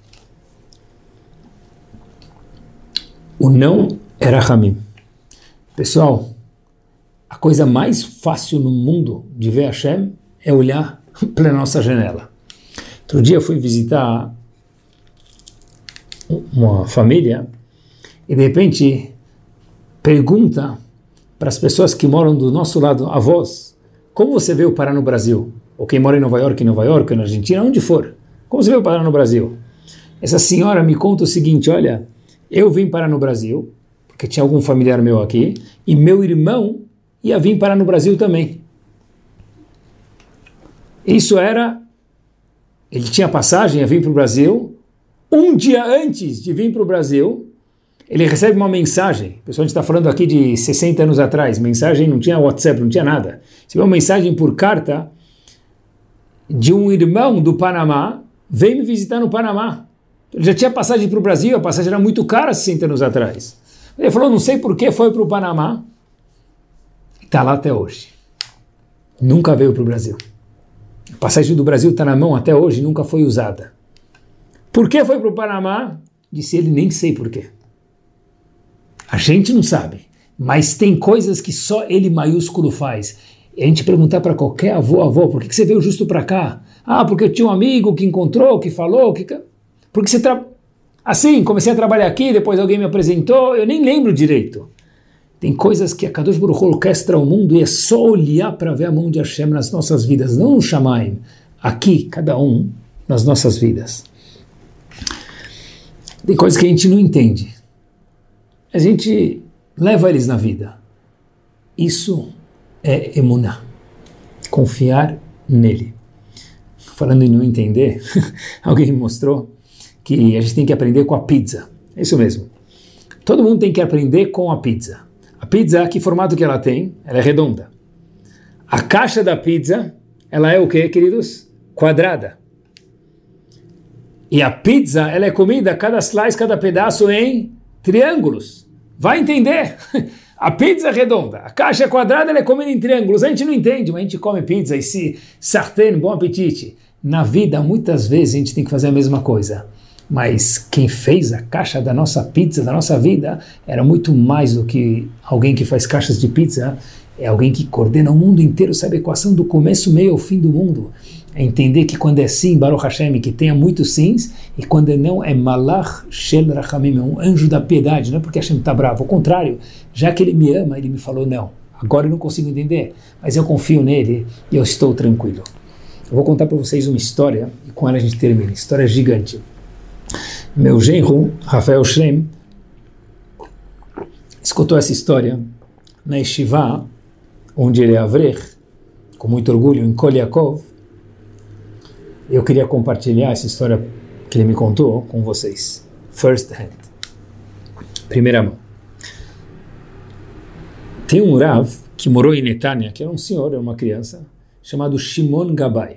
O não era Rachamim. Pessoal, a coisa mais fácil no mundo de ver Hashem é olhar pela nossa janela. Outro dia eu fui visitar uma família e de repente pergunta para as pessoas que moram do nosso lado, avós, como você veio parar no Brasil? Ou quem mora em Nova York, na Argentina, onde for. Como você veio parar no Brasil? Essa senhora me conta o seguinte, olha, eu vim parar no Brasil, porque tinha algum familiar meu aqui, e meu irmão ia vir parar no Brasil também. Isso era, ele tinha passagem, ia vir para o Brasil, um dia antes de vir para o Brasil, ele recebe uma mensagem, pessoal, a gente está falando aqui de 60 anos atrás, mensagem, não tinha WhatsApp, não tinha nada, recebeu uma mensagem por carta de um irmão do Panamá, veio me visitar no Panamá. Ele já tinha passagem para o Brasil, a passagem era muito cara 60 anos atrás. Ele falou, não sei por que foi para o Panamá, está lá até hoje. Nunca veio para o Brasil. A passagem do Brasil está na mão até hoje, nunca foi usada. Por que foi para o Panamá? Disse ele, nem sei por quê. A gente não sabe, mas tem coisas que só ele maiúsculo faz. E a gente perguntar para qualquer avô, por que você veio justo para cá? Ah, porque eu tinha um amigo que encontrou, que falou, porque você assim, comecei a trabalhar aqui, depois alguém me apresentou, eu nem lembro direito. Tem coisas que a Kadosh Baruch Hu orquestra o mundo e é só olhar para ver a mão de Hashem nas nossas vidas, não no Shamayim, aqui, cada um, nas nossas vidas. Tem coisas que a gente não entende. A gente leva eles na vida. Isso é emuná, confiar nele. Falando em não entender, alguém me mostrou que a gente tem que aprender com a pizza. É isso mesmo. Todo mundo tem que aprender com a pizza. A pizza, que formato que ela tem? Ela é redonda. A caixa da pizza, ela é o quê, queridos? Quadrada. E a pizza, ela é comida, cada slice, cada pedaço em triângulos. Vai entender. A pizza é redonda, a caixa é quadrada, ela é comida em triângulos. A gente não entende, mas a gente come pizza e se sartén, bom apetite. Na vida, muitas vezes, a gente tem que fazer a mesma coisa. Mas quem fez a caixa da nossa pizza, da nossa vida, era muito mais do que alguém que faz caixas de pizza. É alguém que coordena o mundo inteiro, sabe a equação do começo, meio ao fim do mundo. É entender que quando é sim, Baruch Hashem, que tenha muitos sims, e quando é não, é Malach Shel Rachamim, é um anjo da piedade, não é porque Hashem está bravo, ao contrário, já que ele me ama, ele me falou não. Agora eu não consigo entender, mas eu confio nele e eu estou tranquilo. Eu vou contar para vocês uma história, e com ela a gente termina, história gigante. Meu genro, Rafael Shlem, escutou essa história na Yeshiva, onde ele é Avrech, com muito orgulho, em Kol Yaakov. Eu queria compartilhar essa história que ele me contou com vocês. First hand. Primeira mão. Tem um Rav que morou em Netanya, que era um senhor, era uma criança, chamado Shimon Gabay.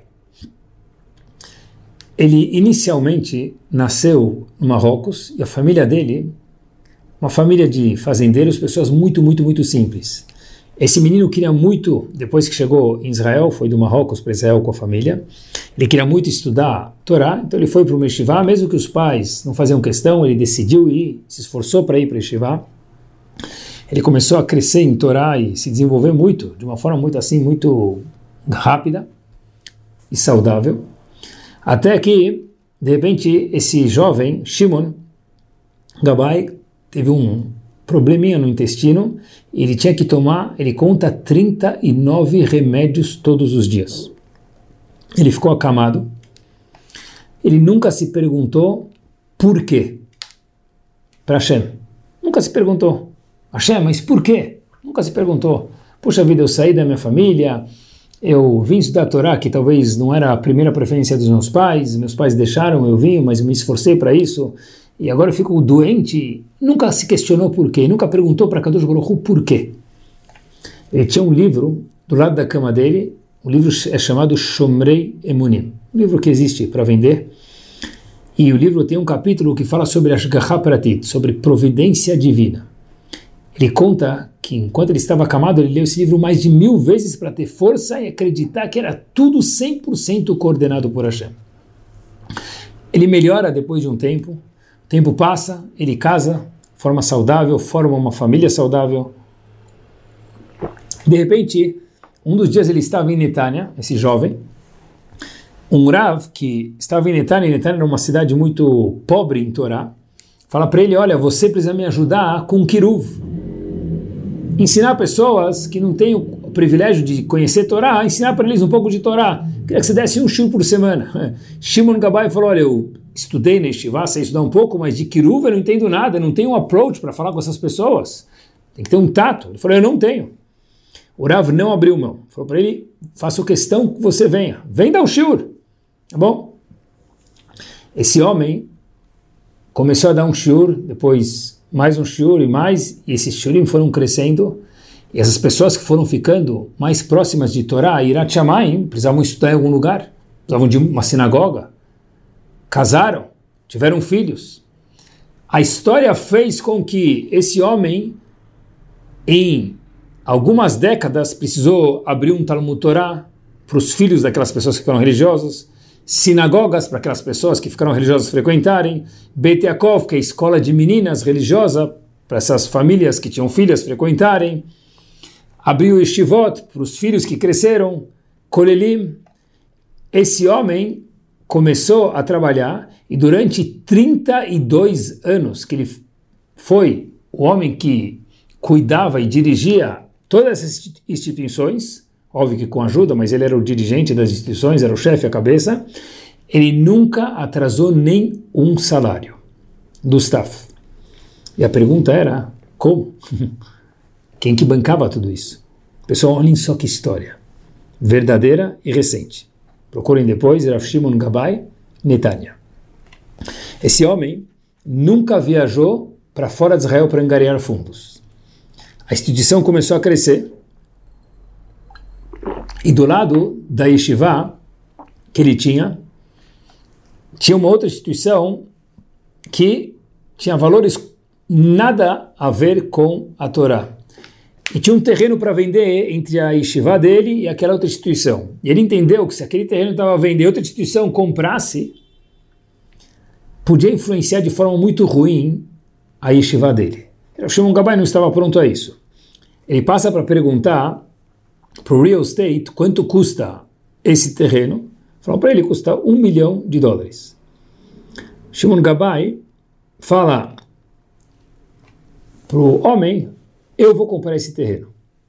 Ele inicialmente nasceu no Marrocos e a família dele, uma família de fazendeiros, pessoas muito, muito, muito simples. Esse menino queria muito, depois que chegou em Israel, foi do Marrocos para Israel com a família, ele queria muito estudar Torá, então ele foi para o Yeshiva, mesmo que os pais não faziam questão, ele decidiu ir, se esforçou para ir para o Yeshiva. Ele começou a crescer em Torá e se desenvolver muito, de uma forma muito assim, muito rápida e saudável, até que, de repente, esse jovem, Shimon Gabay, teve um probleminha no intestino, ele tinha que tomar, ele conta 39 remédios todos os dias. Ele ficou acamado, ele nunca se perguntou por quê para Hashem. Nunca se perguntou, Hashem, mas por quê? Nunca se perguntou. Puxa vida, eu saí da minha família, eu vim estudar a Torá, que talvez não era a primeira preferência dos meus pais deixaram, eu vim, mas me esforcei para isso, e agora eu fico doente. Nunca se questionou por quê, nunca perguntou para Kadosh Baruch Hu por quê. Ele tinha um livro do lado da cama dele, o livro é chamado Shomrei Emunim, um livro que existe para vender, e o livro tem um capítulo que fala sobre Ashgacha Pratit, sobre providência divina. Ele conta que enquanto ele estava acamado, ele leu esse livro mais de 1000 vezes para ter força e acreditar que era tudo 100% coordenado por Hashem. Ele melhora depois de um tempo, o tempo passa, ele casa, forma saudável, forma uma família saudável. De repente, um dos dias ele estava em Netanya, esse jovem, um Rav que estava em Netanya era uma cidade muito pobre em Torá, fala para ele, olha, você precisa me ajudar com Kiruv, ensinar pessoas que não têm o privilégio de conhecer Torá, ensinar para eles um pouco de Torá. Queria que você desse um shiur por semana. Shimon Gabay falou, olha, eu estudei na Yeshiva, sei estudar um pouco, mas de Kiruv eu não entendo nada, não tenho um approach para falar com essas pessoas. Tem que ter um tato. Ele falou, eu não tenho. O Rav não abriu mão. Falou para ele, faço questão que você venha. Vem dar um shiur. Tá bom? Esse homem começou a dar um shiur, depois mais um shiur e mais, e esses shiurim foram crescendo, e essas pessoas que foram ficando mais próximas de Torá, Irat Shamayim, precisavam estudar em algum lugar, precisavam de uma sinagoga, casaram, tiveram filhos. A história fez com que esse homem, em algumas décadas, precisou abrir um Talmud Torá para os filhos daquelas pessoas que ficaram religiosas, sinagogas para aquelas pessoas que ficaram religiosas frequentarem, Beit Yaakov, que é a escola de meninas religiosa, para essas famílias que tinham filhas frequentarem, abriu Yeshivot para os filhos que cresceram, Kolelim. Esse homem começou a trabalhar e durante 32 anos que ele foi o homem que cuidava e dirigia todas essas instituições, óbvio que com ajuda, mas ele era o dirigente das instituições, era o chefe, a cabeça, ele nunca atrasou nem um salário do staff. E a pergunta era, como? Quem que bancava tudo isso? Pessoal, olhem só que história, verdadeira e recente. Procurem depois, Rav Shimon Gabbai, Netanya. Esse homem nunca viajou para fora de Israel para angariar fundos. A instituição começou a crescer, e do lado da Yeshiva que ele tinha uma outra instituição que tinha valores nada a ver com a Torá. E tinha um terreno para vender entre a Yeshiva dele e aquela outra instituição. E ele entendeu que se aquele terreno estava a vender e outra instituição comprasse, podia influenciar de forma muito ruim a Yeshiva dele. O Shimon Gabbai não estava pronto a isso. Ele passa para perguntar para o real estate quanto custa esse terreno. Falou para ele, custa $1 milhão. Shimon Gabbai fala para o homem, eu vou comprar esse terreno.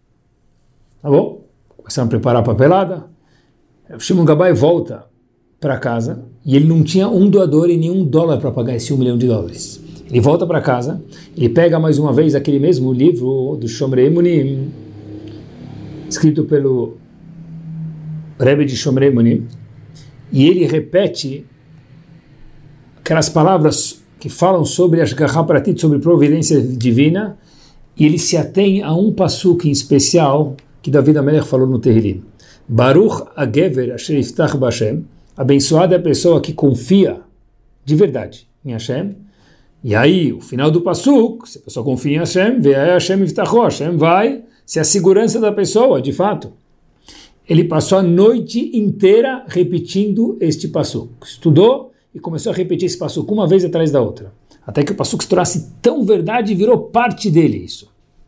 Tá bom? Começaram a preparar a papelada. Shimon Gabbai volta para casa e ele não tinha um doador e nenhum dólar para pagar esse $1 milhão. Ele volta para casa, ele pega mais uma vez aquele mesmo livro do Shomrei Emunim, escrito pelo Rebbe de Shomrei Emunim, e ele repete aquelas palavras que falam sobre Ashgaha Pratit, sobre providência divina, e ele se atém a um pasuk em especial que David HaMelech falou no Tehillim. Baruch HaGever Asher Yiftach B'Hashem, abençoada é a pessoa que confia de verdade em Hashem. E aí, o final do pasuk, se a pessoa confia em Hashem, Hashem Yiftacho, Hashem vai ser a segurança da pessoa, de fato. Ele passou a noite inteira repetindo este pasuk. Estudou e começou a repetir esse pasuk uma vez atrás da outra. Até que o pasuk se tornasse tão verdade e virou parte dele isso.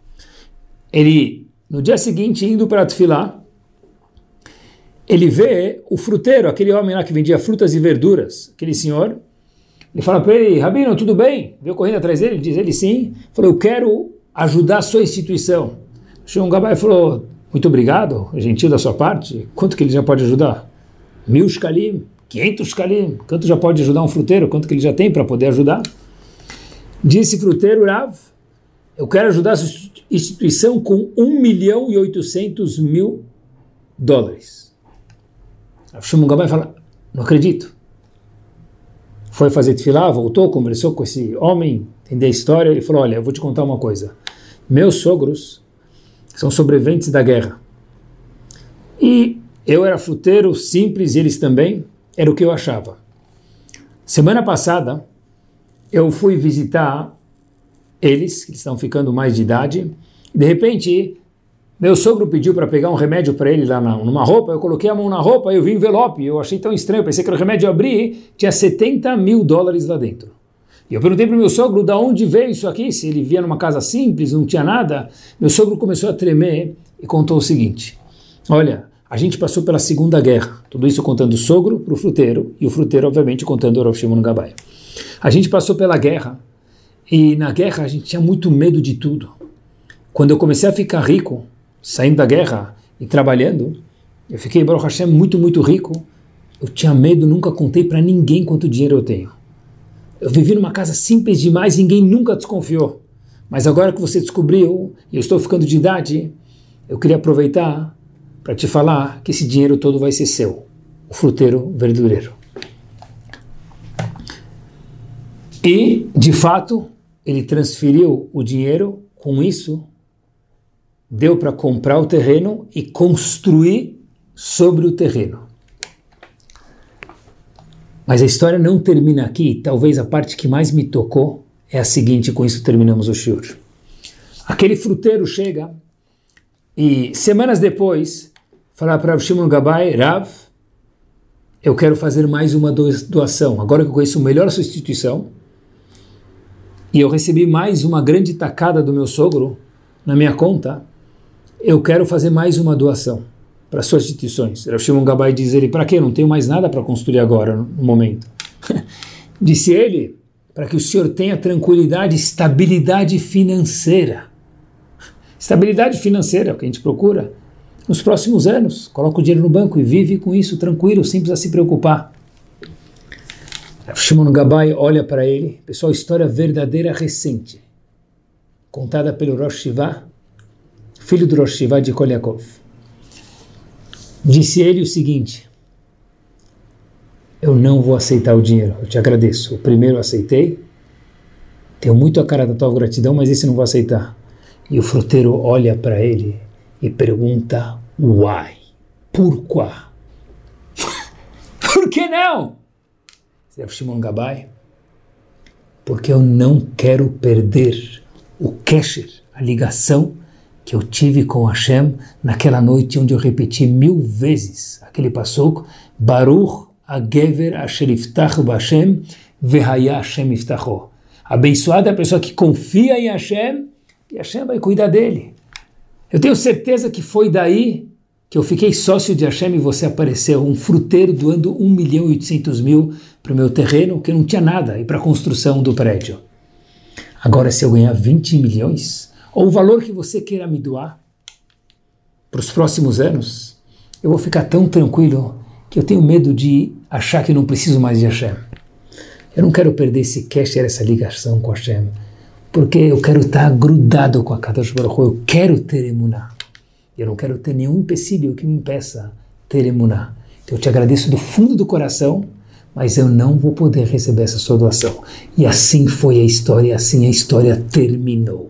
Ele, no dia seguinte, indo para a Tfilá, ele vê o fruteiro, aquele homem lá que vendia frutas e verduras, aquele senhor. Ele fala para ele, Rabino, tudo bem? Veio correndo atrás dele, diz ele sim. Falou, eu quero ajudar a sua instituição. O Shimon Gabbai falou, muito obrigado, gentil da sua parte. Quanto que ele já pode ajudar? 1.000 shkalim, 500 shkalim. Quanto já pode ajudar um fruteiro? Quanto que ele já tem para poder ajudar? Disse fruteiro, Rav, eu quero ajudar a sua instituição com $1.800.000. O Shimon Gabbai fala, não acredito. Foi fazer tefilá, voltou, conversou com esse homem, entendeu a história, ele falou, olha, eu vou te contar uma coisa. Meus sogros são sobreviventes da guerra. E eu era fruteiro simples, e eles também, era o que eu achava. Semana passada, eu fui visitar eles, que estão ficando mais de idade, e de repente, meu sogro pediu para pegar um remédio para ele lá numa roupa, eu coloquei a mão na roupa, eu vi envelope, eu achei tão estranho, pensei que era o remédio, eu abri, tinha $70.000 lá dentro. E eu perguntei para o meu sogro, de onde veio isso aqui, se ele via numa casa simples, não tinha nada. Meu sogro começou a tremer e contou o seguinte, olha, a gente passou pela Segunda Guerra, tudo isso contando o sogro para o fruteiro, e o fruteiro, obviamente, contando o Rav Shimon Gabbai. A gente passou pela guerra, e na guerra a gente tinha muito medo de tudo. Quando eu comecei a ficar rico, saindo da guerra e trabalhando, eu fiquei, Baruch Hashem, muito, muito rico. Eu tinha medo, nunca contei para ninguém quanto dinheiro eu tenho. eu vivi numa casa simples demais, ninguém nunca desconfiou. Mas agora que você descobriu, e eu estou ficando de idade, eu queria aproveitar para te falar que esse dinheiro todo vai ser seu, o fruteiro verdureiro. E, de fato, ele transferiu o dinheiro, com isso, deu para comprar o terreno e construir sobre o terreno. Mas a história não termina aqui, talvez a parte que mais me tocou é a seguinte, com isso terminamos o shiur. Aquele fruteiro chega e semanas depois fala para Rav Shimon Gabai, Rav, eu quero fazer mais uma doação, agora que eu conheço melhor a sua instituição, e eu recebi mais uma grande tacada do meu sogro na minha conta, eu quero fazer mais uma doação para suas instituições. Rav Shimon Gabai diz ele, para quê? Não tenho mais nada para construir agora, no momento. Disse ele, para que o senhor tenha tranquilidade, estabilidade financeira. Estabilidade financeira é o que a gente procura. Nos próximos anos, coloca o dinheiro no banco e vive com isso tranquilo, sem precisar se preocupar. Rav Shimon Gabai olha para ele, pessoal, história verdadeira recente, contada pelo Rosh Shiva, filho do Rosh Shiva de Kol Yaakov. Disse ele o seguinte, eu não vou aceitar o dinheiro, eu te agradeço. O primeiro eu aceitei, tenho muito a cara da tua gratidão, mas esse não vou aceitar. E o fruteiro olha para ele e pergunta, why? Pourquoi? Por que não? Rav Shimon Gabai, porque eu não quero perder o kesher, a ligação que eu tive com Hashem naquela noite onde eu repeti 1000 vezes aquele passuco, Baruch HaGever Asher Iftach B'Hashem Vehaya Hashem Iftacho. Abençoada a pessoa que confia em Hashem e Hashem vai cuidar dele. Eu tenho certeza que foi daí que eu fiquei sócio de Hashem e você apareceu, um fruteiro doando 1.800.000 para o meu terreno, que não tinha nada, e para a construção do prédio. Agora, se eu ganhar 20 milhões, ou o valor que você queira me doar para os próximos anos, eu vou ficar tão tranquilo que eu tenho medo de achar que eu não preciso mais de Hashem. Eu não quero perder esse kesher, essa ligação com Hashem, porque eu quero estar grudado com a Kadosh Baruch Hu, eu quero ter emuná. Eu não quero ter nenhum empecilho que me impeça ter emuná. Então eu te agradeço do fundo do coração, mas eu não vou poder receber essa sua doação. E assim foi a história, assim a história terminou.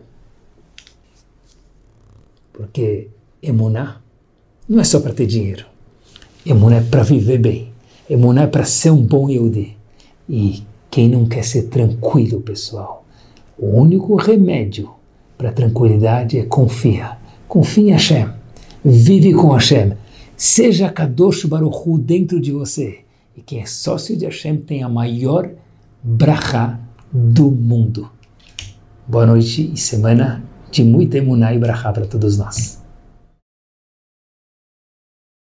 Porque emuná não é só para ter dinheiro. Emuná é para viver bem. Emuná é para ser um bom Yehudi. E quem não quer ser tranquilo, pessoal, o único remédio para tranquilidade é confia. Confie em Hashem. Vive com Hashem. Seja Kadosh Baruch Hu dentro de você. E quem é sócio de Hashem tem a maior brachá do mundo. Boa noite e semana de muita emuná e brachá para todos nós.